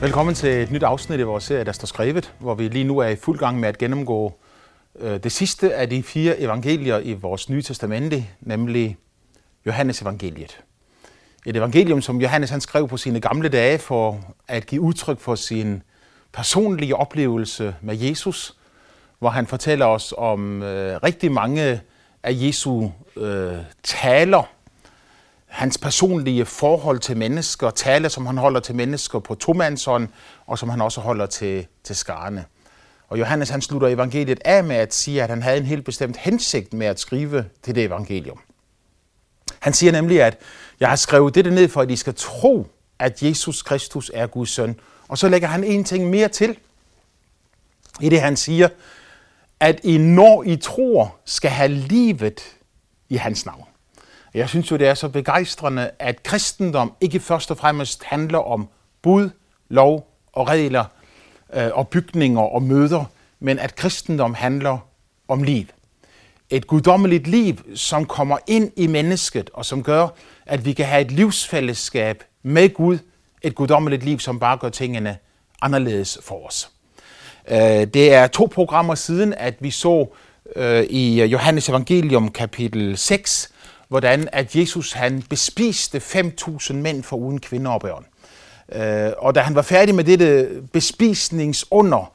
Velkommen til et nyt afsnit i vores serie, der står skrevet, hvor vi lige nu er i fuld gang med at gennemgå det sidste af de 4 evangelier i vores Nye Testamente, nemlig Johannes evangeliet. Et evangelium, som Johannes han skrev på sine gamle dage for at give udtryk for sin personlige oplevelse med Jesus, hvor han fortæller os om rigtig mange af Jesu taler, hans personlige forhold til mennesker, taler, som han holder til mennesker på tomandshånd, og som han også holder til skarne. Og Johannes han slutter evangeliet af med at sige, at han havde en helt bestemt hensigt med at skrive til det evangelium. Han siger nemlig, at jeg har skrevet dette ned for, at I skal tro, at Jesus Kristus er Guds søn. Og så lægger han en ting mere til, i det han siger, at I når I tror, skal have livet i hans navn. Jeg synes jo, det er så begejstrende, at kristendom ikke først og fremmest handler om bud, lov og regler og bygninger og møder, men at kristendom handler om liv. Et guddommeligt liv, som kommer ind i mennesket, og som gør, at vi kan have et livsfællesskab med Gud. Et guddommeligt liv, som bare gør tingene anderledes for os. Det er 2 programmer siden, at vi så i Johannes evangelium kapitel 6, hvordan at Jesus han bespiste 5.000 mænd foruden kvinder og børn. Og da han var færdig med dette bespisningsunder,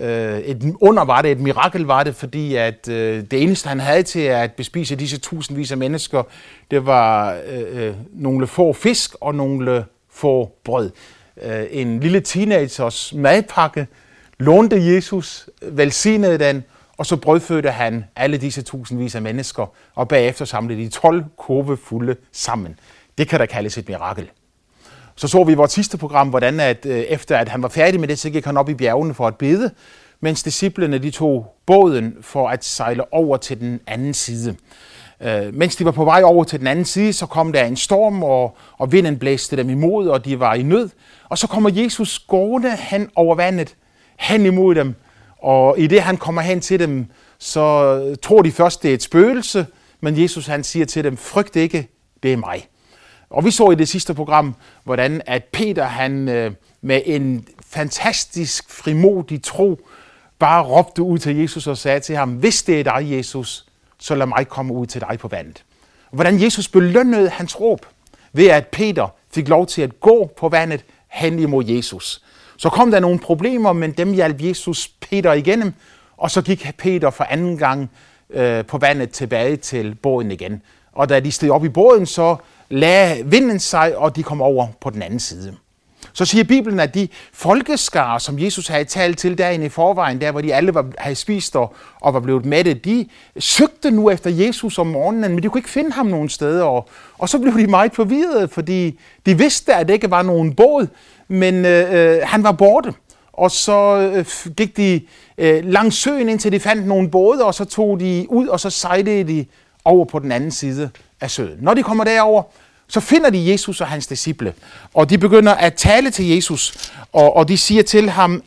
et under var det, et mirakel var det, fordi at det eneste han havde til at bespise disse tusindvis af mennesker, det var nogle få fisk og nogle få brød. En lille teenagers madpakke lånte Jesus, velsignede den, og så brødfødte han alle disse tusindvis af mennesker, og bagefter samlede de 12 kurve fulde sammen. Det kan da kaldes et mirakel. Så vi i vores sidste program, hvordan at efter at han var færdig med det, så gik han op i bjergene for at bede, mens disciplene de tog båden for at sejle over til den anden side. Mens de var på vej over til den anden side, så kom der en storm, og vinden blæste dem imod, og de var i nød. Og så kommer Jesus gående hen over vandet, hen imod dem, og i det han kommer hen til dem, så tror de først, det er et spøgelse, men Jesus han siger til dem, frygt ikke, det er mig. Og vi så i det sidste program, hvordan at Peter han med en fantastisk frimodig tro bare råbte ud til Jesus og sagde til ham, hvis det er dig, Jesus, så lad mig komme ud til dig på vandet. Og hvordan Jesus belønnede hans råb, ved at Peter fik lov til at gå på vandet hen imod Jesus. Så kom der nogle problemer, men dem hjalp Jesus Peter igennem, og så gik Peter for anden gang på vandet tilbage til båden igen. Og da de steg op i båden, så lagde vinden sig, og de kom over på den anden side. Så siger Bibelen, at de folkeskarer, som Jesus havde talt til derinde i forvejen, der hvor de alle havde spist og var blevet mætte, de søgte nu efter Jesus om morgenen, men de kunne ikke finde ham nogen steder. Og så blev de meget forvirrede, fordi de vidste, at det ikke var nogen båd, men han var borte. Og så gik de langs søen, indtil de fandt nogle både, og så tog de ud, og så sejlede de over på den anden side af søen. Når de kommer derover, så finder de Jesus og hans disciple, og de begynder at tale til Jesus, og de siger til ham,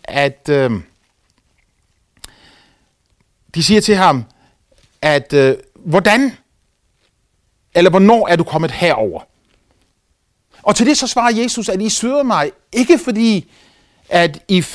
hvordan eller hvornår er du kommet herover? Og til det så svarer Jesus, at I søger mig, ikke fordi at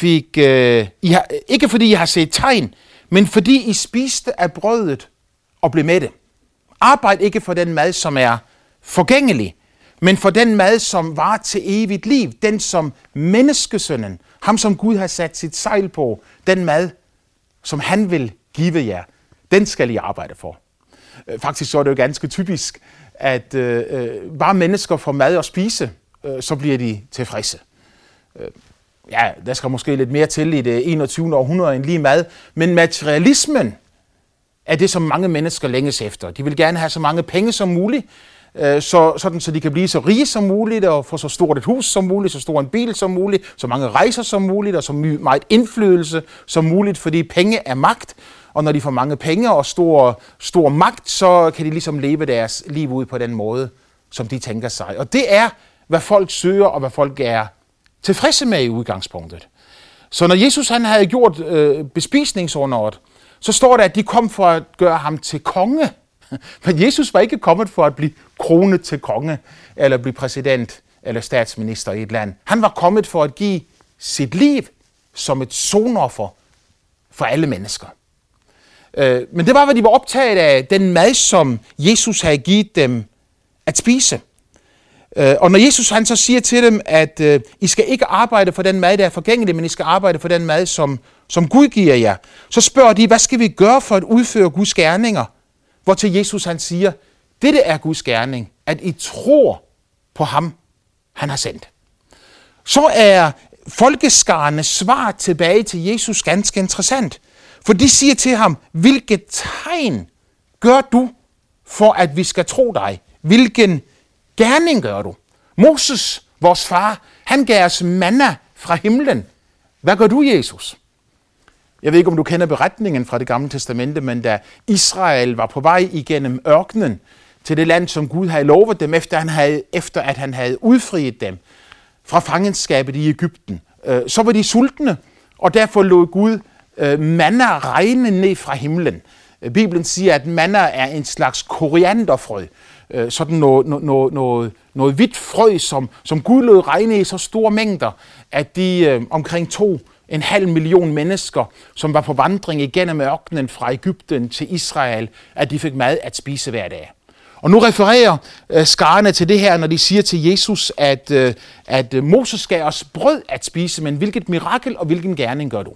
ikke fordi I har set tegn, men fordi I spiste af brødet og blev mætte. Arbejd ikke for den mad, som er forgængelig, men for den mad, som var til evigt liv, den som menneskesønnen, ham som Gud har sat sit sejl på, den mad, som han vil give jer, den skal I arbejde for. Faktisk så er det jo ganske typisk, at bare mennesker får mad at spise, så bliver de tilfredse. Ja, der skal måske lidt mere til i det 21. århundrede end lige mad, men materialismen er det, som mange mennesker længes efter. De vil gerne have så mange penge som muligt, så de kan blive så rige som muligt, og få så stort et hus som muligt, så stor en bil som muligt, så mange rejser som muligt, og så meget indflydelse som muligt, fordi penge er magt, og når de får mange penge og stor magt, så kan de ligesom leve deres liv ud på den måde, som de tænker sig. Og det er, hvad folk søger, og hvad folk er tilfredse med i udgangspunktet. Så når Jesus han havde gjort bespisningsunderet, så står der, at de kom for at gøre ham til konge. Men Jesus var ikke kommet for at blive kronet til konge, eller blive præsident eller statsminister i et land. Han var kommet for at give sit liv som et sonoffer for alle mennesker. Men det var, hvad de var optaget af, den mad, som Jesus havde givet dem at spise. Og når Jesus han så siger til dem, at I skal ikke arbejde for den mad, der er forgængelig, men I skal arbejde for den mad, som Gud giver jer, så spørger de, hvad skal vi gøre for at udføre Guds gerninger? Hvortil Jesus han siger, dette er Guds gerning, at I tror på ham, han har sendt. Så er folkeskarnes svar tilbage til Jesus ganske interessant. For de siger til ham, hvilket tegn gør du, for at vi skal tro dig? Hvilken gerning gør du? Moses, vores far, han gav os manna fra himlen. Hvad gør du, Jesus? Jeg ved ikke, om du kender beretningen fra Det Gamle Testamente, men da Israel var på vej igennem ørkenen til det land, som Gud havde lovet dem, efter at han havde udfriet dem fra fangenskabet i Egypten, så var de sultne, og derfor lod Gud manna regne ned fra himlen. Bibelen siger, at manna er en slags korianderfrø, sådan noget hvidt frø, som Gud lod regne i så store mængder, at de omkring 2,5 million mennesker, som var på vandring igennem ørkenen fra Egypten til Israel, at de fik mad at spise hver dag. Og nu refererer skarne til det her, når de siger til Jesus, at Moses gav os brød at spise, men hvilket mirakel og hvilken gerning gør du?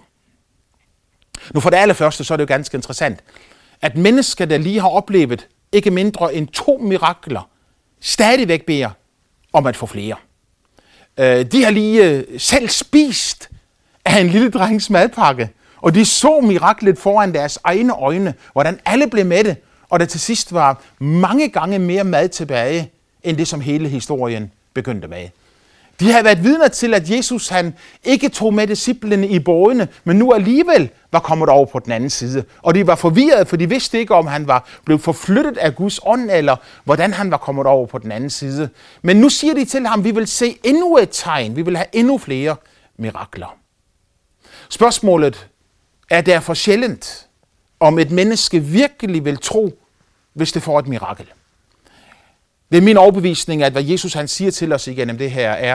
Nu for det allerførste, så er det jo ganske interessant, at mennesker, der lige har oplevet ikke mindre end 2 mirakler, stadigvæk beder om at få flere. De har lige selv spist af en lille drengs madpakke, og de så miraklet foran deres egne øjne, hvordan alle blev mætte, og der til sidst var mange gange mere mad tilbage, end det som hele historien begyndte med. De havde været vidner til, at Jesus han ikke tog med disciplene i bådene, men nu alligevel var kommet over på den anden side. Og de var forvirrede, for de vidste ikke, om han var blevet forflyttet af Guds ånd, eller hvordan han var kommet over på den anden side. Men nu siger de til ham, vi vil se endnu et tegn, vi vil have endnu flere mirakler. Spørgsmålet er derfor sjældent, om et menneske virkelig vil tro, hvis det får et mirakel. Det er min overbevisning, at hvad Jesus han siger til os igennem det her er,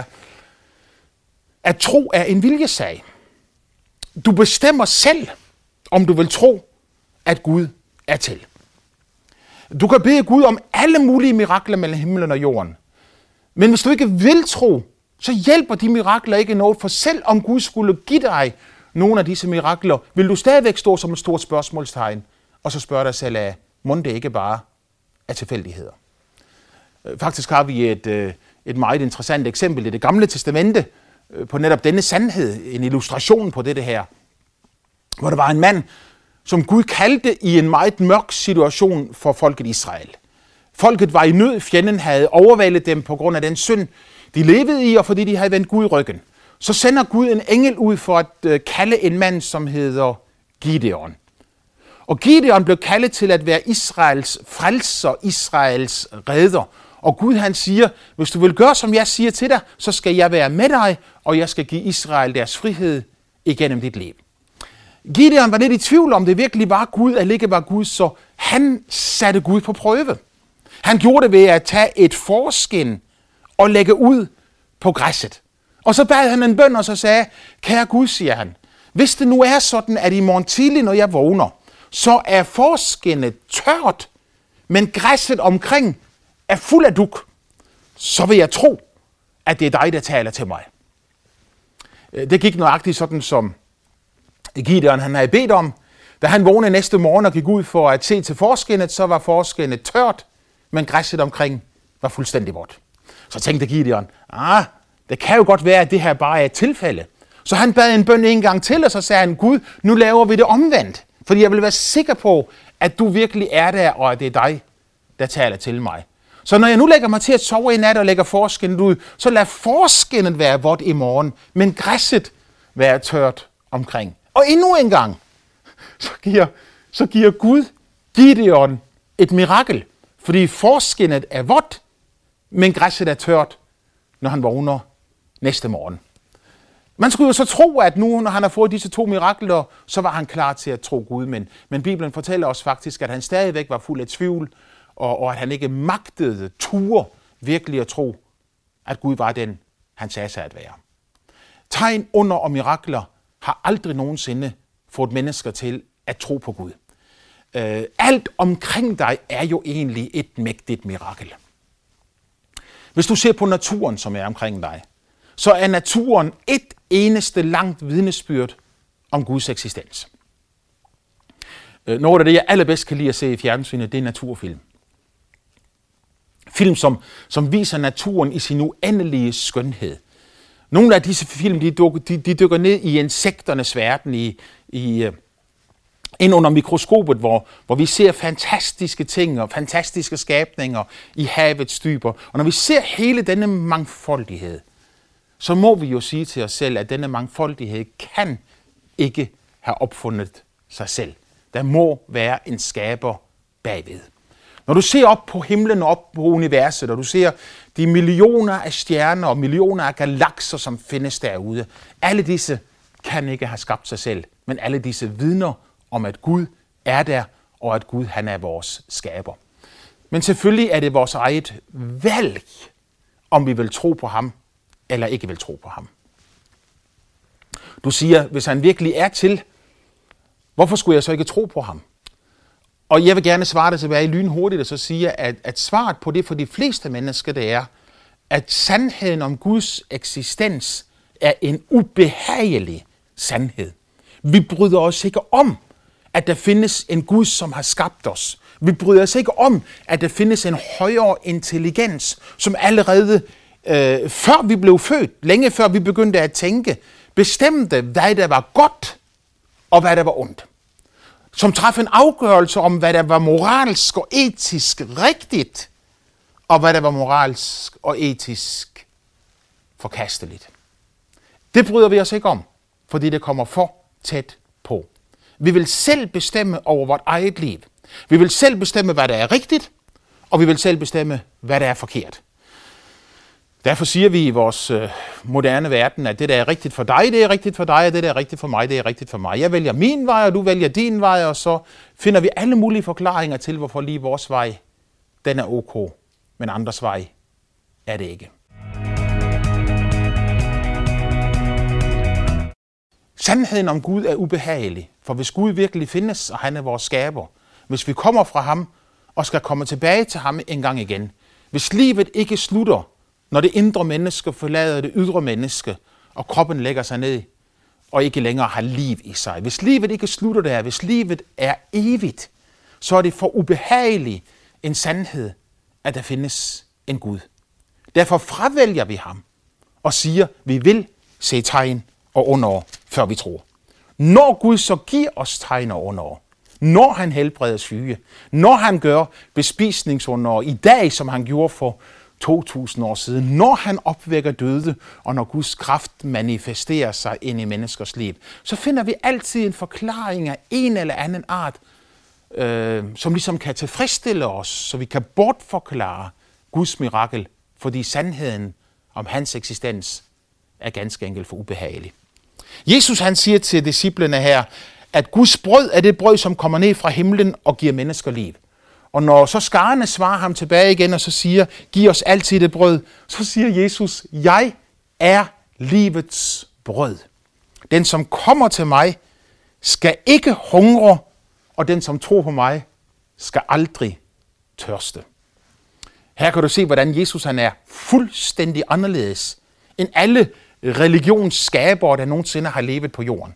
at tro er en viljesag. Du bestemmer selv, om du vil tro, at Gud er til. Du kan bede Gud om alle mulige mirakler mellem himlen og jorden. Men hvis du ikke vil tro, så hjælper de mirakler ikke noget, for selv om Gud skulle give dig nogle af disse mirakler, vil du stadigvæk stå som et stort spørgsmålstegn, og så spørge dig selv af, mon det ikke bare er tilfældigheder. Faktisk har vi et meget interessant eksempel i Det Gamle Testamente på netop denne sandhed, en illustration på det her, hvor der var en mand, som Gud kaldte i en meget mørk situation for folket Israel. Folket var i nød, fjenden havde overvældet dem på grund af den synd, de levede i, og fordi de havde vendt Gud ryggen. Så sender Gud en engel ud for at kalde en mand, som hedder Gideon. Og Gideon blev kaldet til at være Israels frelser, Israels redder. Og Gud han siger, hvis du vil gøre, som jeg siger til dig, så skal jeg være med dig, og jeg skal give Israel deres frihed igennem dit liv. Gideon var lidt i tvivl om, det virkelig var Gud, eller ikke var Gud, så han satte Gud på prøve. Han gjorde det ved at tage et forskin og lægge ud på græsset. Og så bad han en bøn, og så sagde, kære Gud, siger han, hvis det nu er sådan, at i morgen tidlig, når jeg vågner, så er forskinnet tørt, men græsset omkring er fuld af dug, så vil jeg tro, at det er dig, der taler til mig. Det gik nøjagtigt sådan, som Gideon han havde bedt om. Da han vågnede næste morgen og gik ud for at se til forskinnet, så var forskinnet tørt, men græsset omkring var fuldstændig vådt. Så tænkte Gideon, det kan jo godt være, at det her bare er et tilfælde. Så han bad en bøn en gang til, og så sagde han, Gud, nu laver vi det omvendt, fordi jeg vil være sikker på, at du virkelig er der, og at det er dig, der taler til mig. Så når jeg nu lægger mig til at sove i nat og lægger forskinnet ud, så lad forskinnet være vådt i morgen, men græsset være tørt omkring. Og endnu en gang, så giver Gud Gideon et mirakel, fordi forskinnet er vådt, men græsset er tørt, når han vågner næste morgen. Man skulle jo så tro, at nu, når han har fået disse 2 mirakler, så var han klar til at tro Gud. Men Bibelen fortæller os faktisk, at han stadigvæk var fuld af tvivl, og at han ikke magtede, turde virkelig at tro, at Gud var den, han sagde sig at være. Tegn, under og mirakler har aldrig nogensinde fået mennesker til at tro på Gud. Alt omkring dig er jo egentlig et mægtigt mirakel. Hvis du ser på naturen, som er omkring dig, så er naturen et eneste langt vidnesbyrd om Guds eksistens. Noget af det, jeg allerbedst kan lide at se i fjernsynet, det er naturfilm. Film, som viser naturen i sin uendelige skønhed. Nogle af disse film, de dykker ned i insekternes verden, ind under mikroskopet, hvor vi ser fantastiske ting og fantastiske skabninger i havets dyber. Og når vi ser hele denne mangfoldighed, så må vi jo sige til os selv, at denne mangfoldighed kan ikke have opfundet sig selv. Der må være en skaber bagved. Når du ser op på himlen og op på universet, og du ser de millioner af stjerner og millioner af galakser, som findes derude, alle disse kan ikke have skabt sig selv, men alle disse vidner om, at Gud er der, og at Gud han er vores skaber. Men selvfølgelig er det vores eget valg, om vi vil tro på ham, eller ikke vil tro på ham. Du siger, hvis han virkelig er til, hvorfor skulle jeg så ikke tro på ham? Og jeg vil gerne svare det tilbage lynhurtigt, og så sige, at svaret på det for de fleste mennesker, det er, at sandheden om Guds eksistens er en ubehagelig sandhed. Vi bryder os ikke om, at der findes en Gud, som har skabt os. Vi bryder os ikke om, at der findes en højere intelligens, som allerede før vi blev født, længe før vi begyndte at tænke, bestemte, hvad der var godt og hvad der var ondt. Som træffede en afgørelse om, hvad der var moralsk og etisk rigtigt, og hvad der var moralsk og etisk forkasteligt. Det bryder vi os ikke om, fordi det kommer for tæt på. Vi vil selv bestemme over vores eget liv. Vi vil selv bestemme, hvad der er rigtigt, og vi vil selv bestemme, hvad der er forkert. Derfor siger vi i vores moderne verden, at det, der er rigtigt for dig, det er rigtigt for dig, og det, der er rigtigt for mig, det er rigtigt for mig. Jeg vælger min vej, og du vælger din vej, og så finder vi alle mulige forklaringer til, hvorfor lige vores vej, den er ok, men andres vej er det ikke. Sandheden om Gud er ubehagelig, for hvis Gud virkelig findes, og han er vores skaber, hvis vi kommer fra ham og skal komme tilbage til ham en gang igen, hvis livet ikke slutter, når det indre menneske forlader det ydre menneske, og kroppen lægger sig ned og ikke længere har liv i sig. Hvis livet ikke slutter der, hvis livet er evigt, så er det for ubehagelig en sandhed, at der findes en Gud. Derfor fravælger vi ham og siger, at vi vil se tegn og under, før vi tror. Når Gud så giver os tegn og under, når han helbreder syge, når han gør bespisningsunder i dag, som han gjorde for 2000 år siden, når han opvækker døde, og når Guds kraft manifesterer sig ind i menneskers liv, så finder vi altid en forklaring af en eller anden art, som ligesom kan tilfredsstille os, så vi kan bortforklare Guds mirakel, fordi sandheden om hans eksistens er ganske enkelt for ubehagelig. Jesus han siger til disciplene her, at Guds brød er det brød, som kommer ned fra himlen og giver mennesker liv. Og når så skarne svarer ham tilbage igen, og så siger, giv os altid det brød, så siger Jesus, jeg er livets brød. Den, som kommer til mig, skal ikke hungre, og den, som tror på mig, skal aldrig tørste. Her kan du se, hvordan Jesus han er fuldstændig anderledes end alle religionsskabere, der nogensinde har levet på jorden.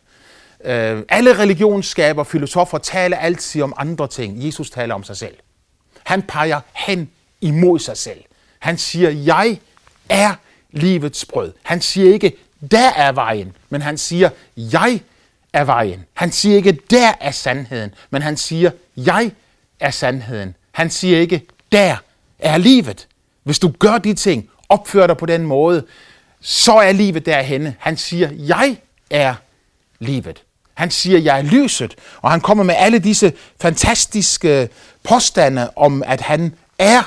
Alle religionsskabere, filosofer taler altid om andre ting. Jesus taler om sig selv. Han peger hen imod sig selv. Han siger, jeg er livets brød. Han siger ikke, der er vejen, men han siger, jeg er vejen. Han siger ikke, der er sandheden, men han siger, jeg er sandheden. Han siger ikke, der er livet. Hvis du gør de ting, opfører dig på den måde, så er livet derhenne. Han siger, jeg er livet. Han siger, jeg er lyset, og han kommer med alle disse fantastiske påstande om, at han er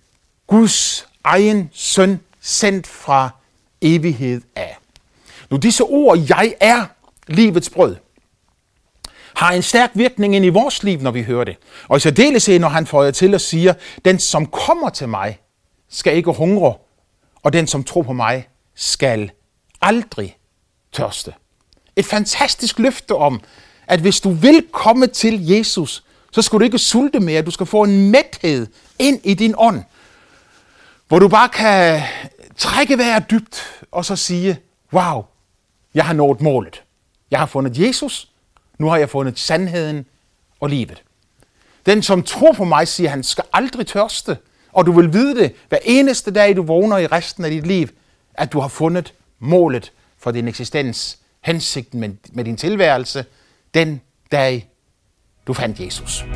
Guds egen søn, sendt fra evighed af. Nu disse ord, jeg er livets brød, har en stærk virkning ind i vores liv, når vi hører det. Og i særdeleshed, når han føjer til og siger, den som kommer til mig, skal ikke hungre, og den som tror på mig, skal aldrig tørste. Et fantastisk løfte om, at hvis du vil komme til Jesus, så skal du ikke sulte mere. Du skal få en mæthed ind i din ånd, hvor du bare kan trække vejret dybt og så sige, wow, jeg har nået målet. Jeg har fundet Jesus, nu har jeg fundet sandheden og livet. Den, som tror på mig, siger, han skal aldrig tørste, og du vil vide det hver eneste dag, du vågner i resten af dit liv, at du har fundet målet for din eksistens, hensigten med din tilværelse, den dag, du fandt Jesus.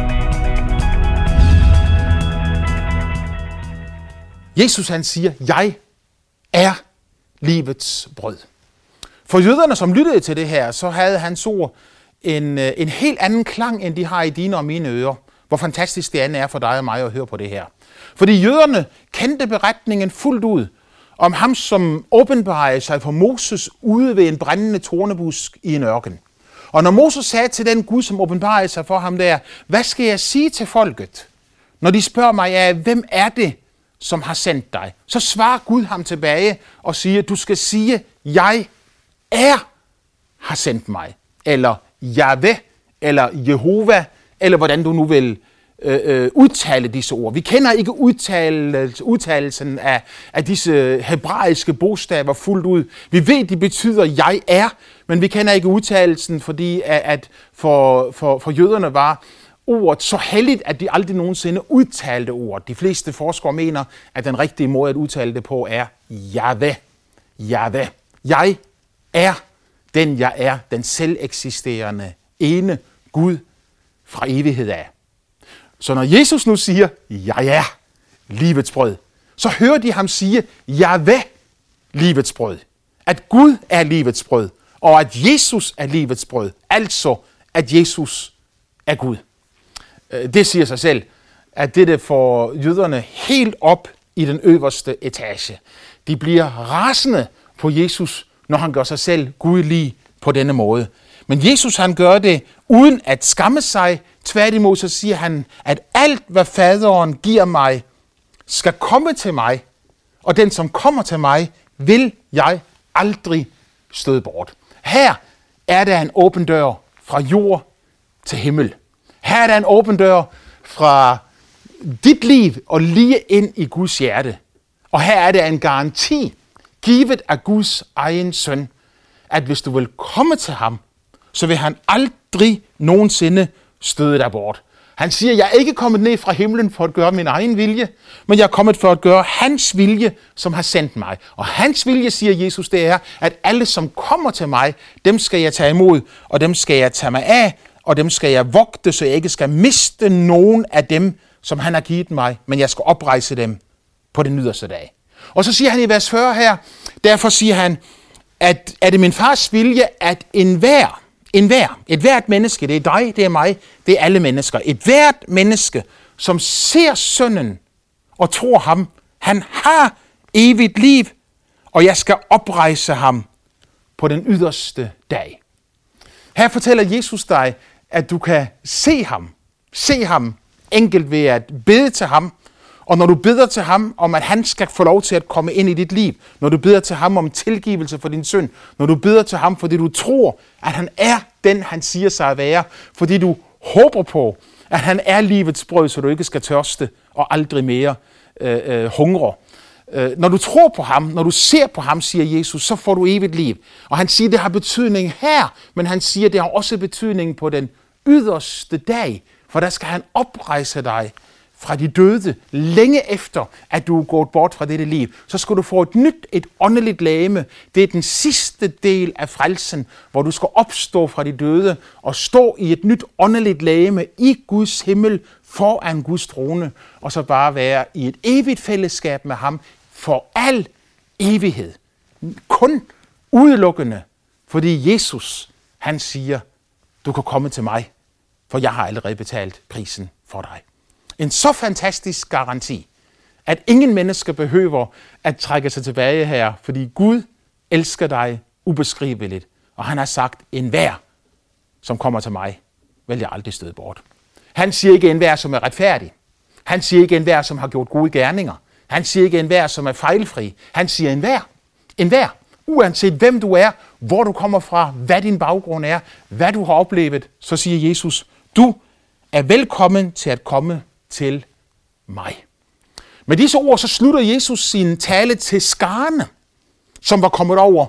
Jesus han siger, jeg er livets brød. For jøderne, som lyttede til det her, så havde hans ord en helt anden klang, end de har i dine og mine ører. Hvor fantastisk det andet er for dig og mig at høre på det her. Fordi jøderne kendte beretningen fuldt ud om ham, som åbenbarede sig for Moses ude ved en brændende tornebusk i en ørken. Og når Moses sagde til den Gud, som åbenbarede sig for ham der, hvad skal jeg sige til folket, når de spørger mig, hvem er det, som har sendt dig? Så svarer Gud ham tilbage og siger, du skal sige, jeg har sendt mig. Eller Jahve, eller Jehova, eller hvordan du nu vil udtale disse ord. Vi kender ikke udtalelsen af disse hebraiske bogstaver fuldt ud. Vi ved, de betyder jeg er, men vi kender ikke udtalelsen, fordi at for jøderne var ordet så helligt, at de aldrig nogensinde udtalte ordet. De fleste forskere mener, at den rigtige måde at udtale det på er Jahve. Jahve. Jeg er den jeg er, den selv eksisterende ene Gud fra evighed af. Så når Jesus nu siger, jeg er livets brød, så hører de ham sige, Jahve, livets brød. At Gud er livets brød, og at Jesus er livets brød. Altså, at Jesus er Gud. Det siger sig selv, at det får jøderne helt op i den øverste etage. De bliver rasende på Jesus, når han gør sig selv gudlig på denne måde. Men Jesus han gør det uden at skamme sig. Tværtimod så siger han, at alt hvad faderen giver mig, skal komme til mig. Og den som kommer til mig, vil jeg aldrig støde bort. Her er der en åben dør fra jord til himmel. Her er der en åben dør fra dit liv og lige ind i Guds hjerte. Og her er der en garanti, givet af Guds egen søn, at hvis du vil komme til ham, så vil han aldrig nogensinde støde dig bort. Han siger, jeg er ikke kommet ned fra himlen for at gøre min egen vilje, men jeg er kommet for at gøre hans vilje, som har sendt mig. Og hans vilje, siger Jesus, det er, at alle, som kommer til mig, dem skal jeg tage imod, og dem skal jeg tage mig af, og dem skal jeg vogte, så jeg ikke skal miste nogen af dem, som han har givet mig, men jeg skal oprejse dem på den yderste dag. Og så siger han i vers 40 her, derfor siger han, at er det min fars vilje, at et hvert menneske, det er dig, det er mig, det er alle mennesker, et hvert menneske, som ser sønnen og tror ham, han har evigt liv, og jeg skal oprejse ham på den yderste dag. Her fortæller Jesus dig, at du kan se ham enkelt ved at bede til ham, og når du beder til ham om, at han skal få lov til at komme ind i dit liv, når du beder til ham om tilgivelse for din synd, når du beder til ham, fordi du tror, at han er den, han siger sig at være, fordi du håber på, at han er livets brød, så du ikke skal tørste og aldrig mere hungre. Når du tror på ham, når du ser på ham, siger Jesus, så får du evigt liv. Og han siger, det har betydning her, men han siger, det har også betydning på den yderste dag, for der skal han oprejse dig fra de døde, længe efter, at du er gået bort fra dette liv. Så skal du få et åndeligt legeme. Det er den sidste del af frelsen, hvor du skal opstå fra de døde og stå i et nyt åndeligt legeme i Guds himmel foran Guds trone, og så bare være i et evigt fællesskab med ham for al evighed. Kun udelukkende, fordi Jesus, han siger, du kan komme til mig, for jeg har allerede betalt prisen for dig. En så fantastisk garanti, at ingen mennesker behøver at trække sig tilbage her, fordi Gud elsker dig ubeskriveligt, og han har sagt, enhver, som kommer til mig, vil jeg aldrig støde bort. Han siger ikke enhver, som er retfærdig. Han siger ikke enhver, som har gjort gode gerninger. Han siger ikke enhver, som er fejlfri. Han siger enhver. Uanset hvem du er, hvor du kommer fra, hvad din baggrund er, hvad du har oplevet, så siger Jesus, du er velkommen til at komme til mig. Med disse ord så slutter Jesus sin tale til skarne, som var kommet over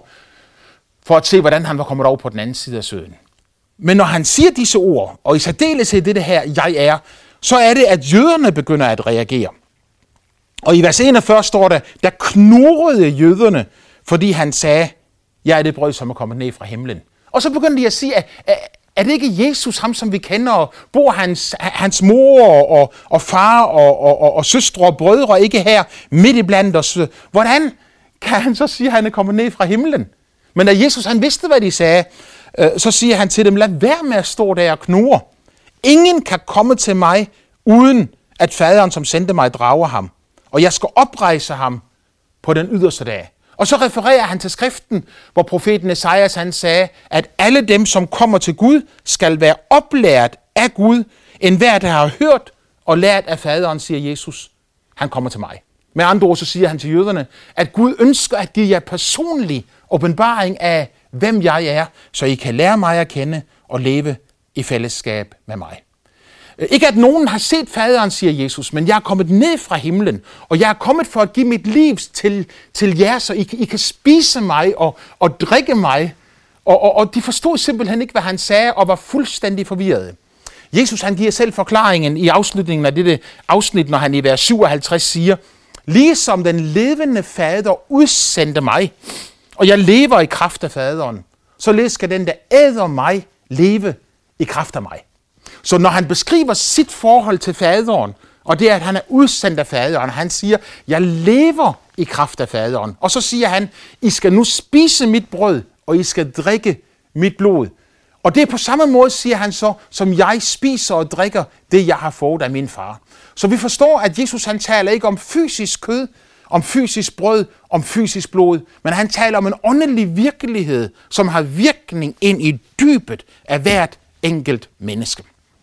for at se, hvordan han var kommet over på den anden side af søen. Men når han siger disse ord, og i særdeleshed det her, jeg er, så er det, at jøderne begynder at reagere. Og i vers 41 står der knurrede jøderne, fordi han sagde, jeg er det brød, som er kommet ned fra himlen. Og så begyndte de at sige, er det ikke Jesus, ham som vi kender, og bor hans mor og far og søstre og brødre ikke her midt i blandt os? Hvordan kan han så sige, at han er kommet ned fra himlen? Men da Jesus han vidste, hvad de sagde, så siger han til dem, lad være med at stå der og knurre. Ingen kan komme til mig, uden at faderen, som sendte mig, drager ham. Og jeg skal oprejse ham på den yderste dag. Og så refererer han til skriften, hvor profeten Esajas han sagde, at alle dem, som kommer til Gud, skal være oplært af Gud. Enhver, der har hørt og lært af faderen, siger Jesus, han kommer til mig. Med andre ord så siger han til jøderne, at Gud ønsker at give jer personlig åbenbaring af, hvem jeg er, så I kan lære mig at kende og leve i fællesskab med mig. Ikke at nogen har set faderen, siger Jesus, men jeg er kommet ned fra himlen, og jeg er kommet for at give mit liv til jer, så I kan spise mig og drikke mig. Og de forstod simpelthen ikke, hvad han sagde, og var fuldstændig forvirrede. Jesus han giver selv forklaringen i afslutningen af dette afsnit, når han i vers 57 siger, ligesom den levende fader udsendte mig, og jeg lever i kraft af faderen, således skal den, der æder mig, leve i kraft af mig. Så når han beskriver sit forhold til faderen, og det er, at han er udsendt af faderen, han siger, jeg lever i kraft af faderen. Og så siger han, I skal nu spise mit brød, og I skal drikke mit blod. Og det er på samme måde, siger han så, som jeg spiser og drikker det, jeg har fået af min far. Så vi forstår, at Jesus han taler ikke om fysisk kød, om fysisk brød, om fysisk blod, men han taler om en åndelig virkelighed, som har virkning ind i dybet af hvert enkelt menneske.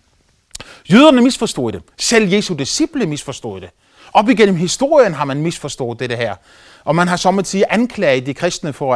Jøderne misforstod det. Selv Jesu disciple misforstod det. Op igennem historien har man misforstået det her. Og man har sommetider anklaget de kristne for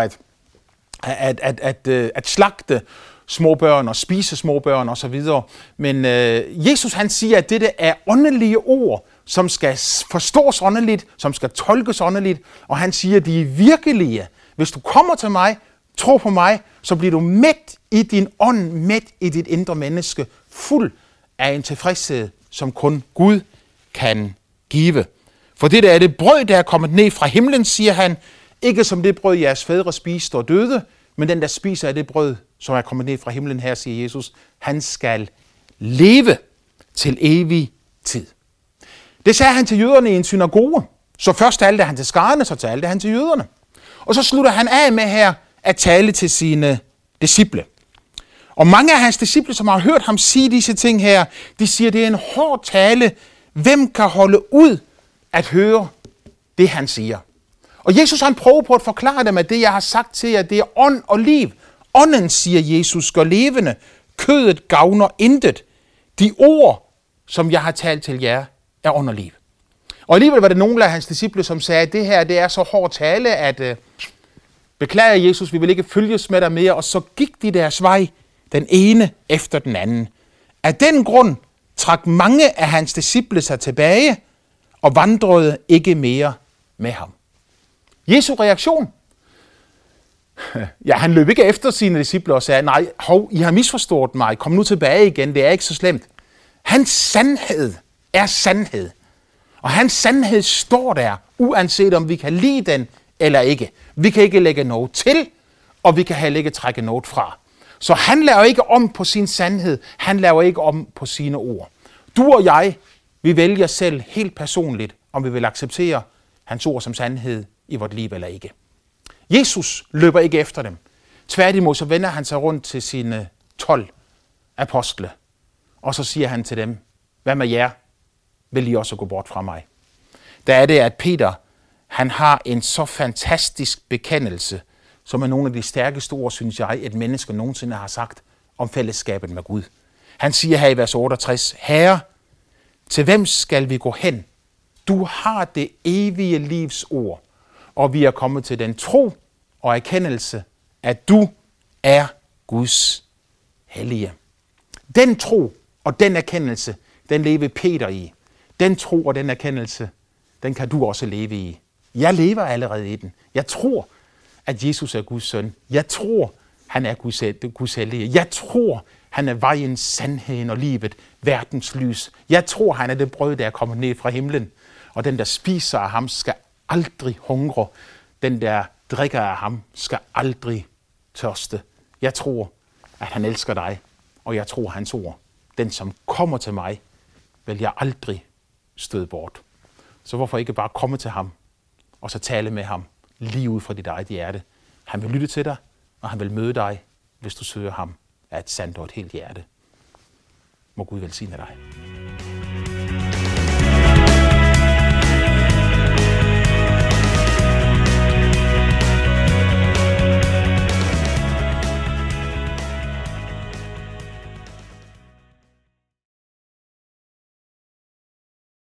at slagte små børn og spise små børn osv. Men Jesus han siger, at dette er åndelige ord, som skal forstås åndeligt, som skal tolkes åndeligt. Og han siger, at de er virkelige. Hvis du kommer til mig, tro på mig, så bliver du mæt i din ånd, mæt i dit indre menneske, fuld af en tilfredshed, som kun Gud kan give. For det der er det brød, der er kommet ned fra himlen, siger han, ikke som det brød, jeres fædre spiste og døde, men den, der spiser af det brød, som er kommet ned fra himlen her, siger Jesus, han skal leve til evig tid. Det sagde han til jøderne i en synagoge. Så først talte han til skarne, så talte han til jøderne. Og så slutter han af med her at tale til sine disciple. Og mange af hans disciple, som har hørt ham sige disse ting her, de siger, det er en hård tale. Hvem kan holde ud at høre det, han siger? Og Jesus han prøver på at forklare dem, at det, jeg har sagt til jer, det er ånd og liv. Ånden, siger Jesus, gør levende. Kødet gavner intet. De ord, som jeg har talt til jer, er ånd og liv. Og alligevel var det nogle af hans disciple, som sagde, at det her det er så hård tale, at beklager Jesus, vi vil ikke følges med dig mere. Og så gik de deres vej, den ene efter den anden. Af den grund trak mange af hans disciple sig tilbage og vandrede ikke mere med ham. Jesu reaktion? Ja, han løb ikke efter sine disciple og sagde, nej, I har misforstået mig, kom nu tilbage igen, det er ikke så slemt. Hans sandhed er sandhed. Og hans sandhed står der, uanset om vi kan lide den eller ikke. Vi kan ikke lægge noget til, og vi kan heller ikke trække noget fra. Så han laver ikke om på sin sandhed, han laver ikke om på sine ord. Du og jeg, vi vælger selv helt personligt, om vi vil acceptere hans ord som sandhed i vort liv eller ikke. Jesus løber ikke efter dem. Tværtimod så vender han sig rundt til sine 12 apostle, og så siger han til dem, hvad med jer? Vil I også gå bort fra mig? Der er det, at Peter, han har en så fantastisk bekendelse, som er nogle af de stærkeste ord, synes jeg, et menneske nogensinde har sagt om fællesskabet med Gud. Han siger her i vers 68, Herre, til hvem skal vi gå hen? Du har det evige livs ord, og vi er kommet til den tro og erkendelse, at du er Guds hellige. Den tro og den erkendelse, den lever Peter i. Den tro og den erkendelse, den kan du også leve i. Jeg lever allerede i den. Jeg tror, at Jesus er Guds søn. Jeg tror, han er Guds hellige. Jeg tror, han er vejen, sandheden og livet, verdens lys. Jeg tror, han er det brød, der er kommet ned fra himlen. Og den, der spiser af ham, skal aldrig hungre. Den, der drikker af ham, skal aldrig tørste. Jeg tror, at han elsker dig, og jeg tror hans ord. Den, som kommer til mig, vil jeg aldrig støde bort. Så hvorfor ikke bare komme til ham, og så tale med ham lige ud fra dit eget hjerte. Han vil lytte til dig, og han vil møde dig, hvis du søger ham af et sandt og et helt hjerte. Må Gud velsigne dig.